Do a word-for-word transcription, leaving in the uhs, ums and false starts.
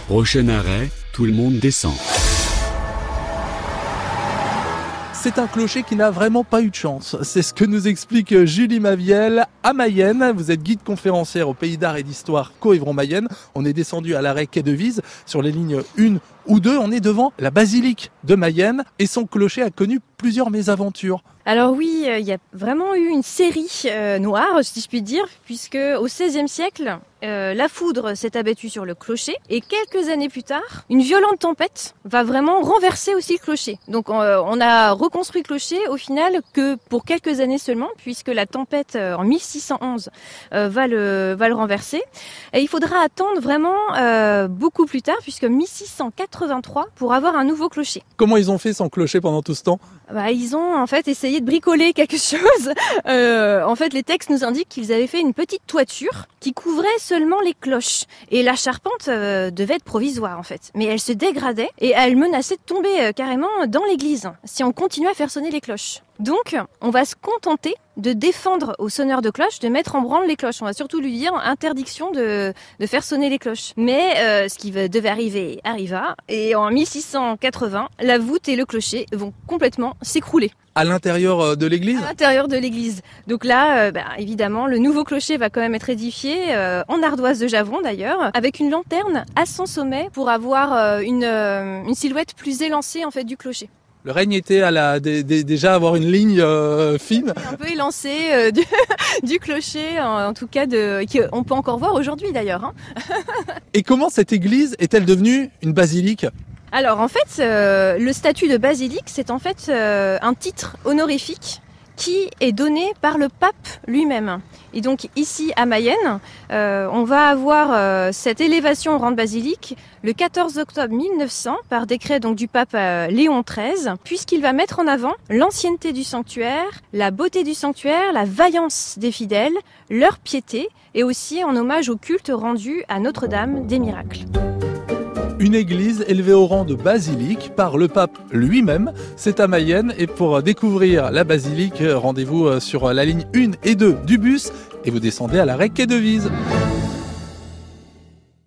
Prochain arrêt, tout le monde descend. C'est un clocher qui n'a vraiment pas eu de chance. C'est ce que nous explique Julie Maviel à Mayenne. Vous êtes guide conférencière au Pays d'Art et d'Histoire Coëvron-Mayenne. On est descendu à l'arrêt Quai Devise sur les lignes un ou deux. On est devant la basilique de Mayenne et son clocher a connu plusieurs mésaventures. Alors oui, il euh, y a vraiment eu une série euh, noire, si je puis dire, puisque au seizième siècle, euh, la foudre s'est abattue sur le clocher et quelques années plus tard, une violente tempête va vraiment renverser aussi le clocher. Donc euh, on a reconstruit le clocher au final que pour quelques années seulement, puisque la tempête euh, en mille six cent onze euh, va le va le renverser. Et il faudra attendre vraiment euh, beaucoup plus tard, puisque mille six cent quatre-vingt-trois pour avoir un nouveau clocher. Comment ils ont fait sans clocher pendant tout ce temps ? Bah, ils ont en fait essayé de bricoler quelque chose. Euh, en fait, les textes nous indiquent qu'ils avaient fait une petite toiture qui couvrait seulement les cloches. Et la charpente euh, devait être provisoire en fait. Mais elle se dégradait et elle menaçait de tomber euh, carrément dans l'église si on continuait à faire sonner les cloches. Donc, on va se contenter de défendre aux sonneurs de cloches de mettre en branle les cloches. On va surtout lui dire interdiction de, de faire sonner les cloches. Mais euh, ce qui devait arriver arriva. Et en mille six cent quatre-vingts, la voûte et le clocher vont complètement s'écrouler. À l'intérieur de l'église ? À l'intérieur de l'église. Donc là, euh, bah, évidemment, le nouveau clocher va quand même être édifié euh, en ardoise de Javron d'ailleurs, avec une lanterne à son sommet pour avoir euh, une, euh, une silhouette plus élancée en fait du clocher. Le règne était à la, d- d- déjà avoir une ligne euh, fine. Un peu élancé euh, du, du clocher, en, en tout cas, de, qu'on peut encore voir aujourd'hui d'ailleurs. Hein. Et comment cette église est-elle devenue une basilique ? Alors en fait, euh, le statut de basilique, c'est en fait euh, un titre honorifique qui est donné par le pape lui-même. Et donc ici à Mayenne, euh, on va avoir euh, cette élévation au rang de basilique le quatorze octobre mille neuf cents par décret donc du pape euh, Léon treize, puisqu'il va mettre en avant l'ancienneté du sanctuaire, la beauté du sanctuaire, la vaillance des fidèles, leur piété et aussi en hommage au culte rendu à Notre-Dame des Miracles. Une église élevée au rang de basilique par le pape lui-même, c'est à Mayenne. Et pour découvrir la basilique, rendez-vous sur la ligne un et deux du bus et vous descendez à l'arrêt Quai Devise.